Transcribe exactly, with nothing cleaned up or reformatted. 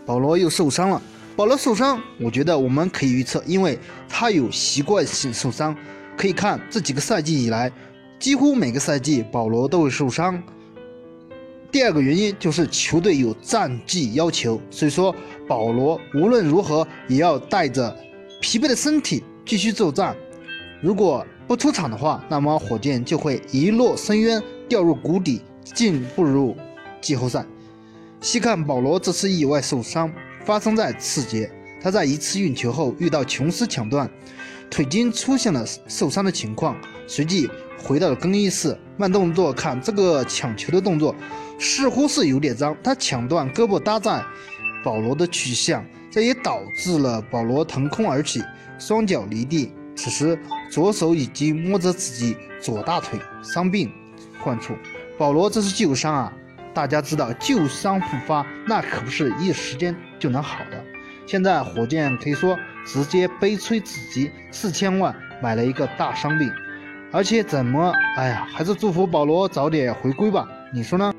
保罗又受伤了。保罗受伤，我觉得我们可以预测，因为他有习惯性受伤。可以看这几个赛季以来，几乎每个赛季保罗都会受伤。第二个原因就是球队有战绩要求，所以说保罗无论如何也要带着疲惫的身体继续作战。如果不出场的话，那么火箭就会一落深渊，掉入谷底，进不入季后赛。细看保罗这次意外受伤发生在次节，他在一次运球后遇到琼斯抢断，腿筋出现了受伤的情况，随即回到了更衣室。慢动作看这个抢球的动作似乎是有点脏，他抢断胳膊搭在保罗的去向，这也导致了保罗腾空而起，双脚离地。此时左手已经摸着自己左大腿，伤病患处。保罗这是旧伤啊，大家知道旧伤复发那可不是一时间就能好的。现在火箭可以说直接悲催至极，四千万买了一个大伤病，而且怎么哎呀，还是祝福保罗早点回归吧，你说呢？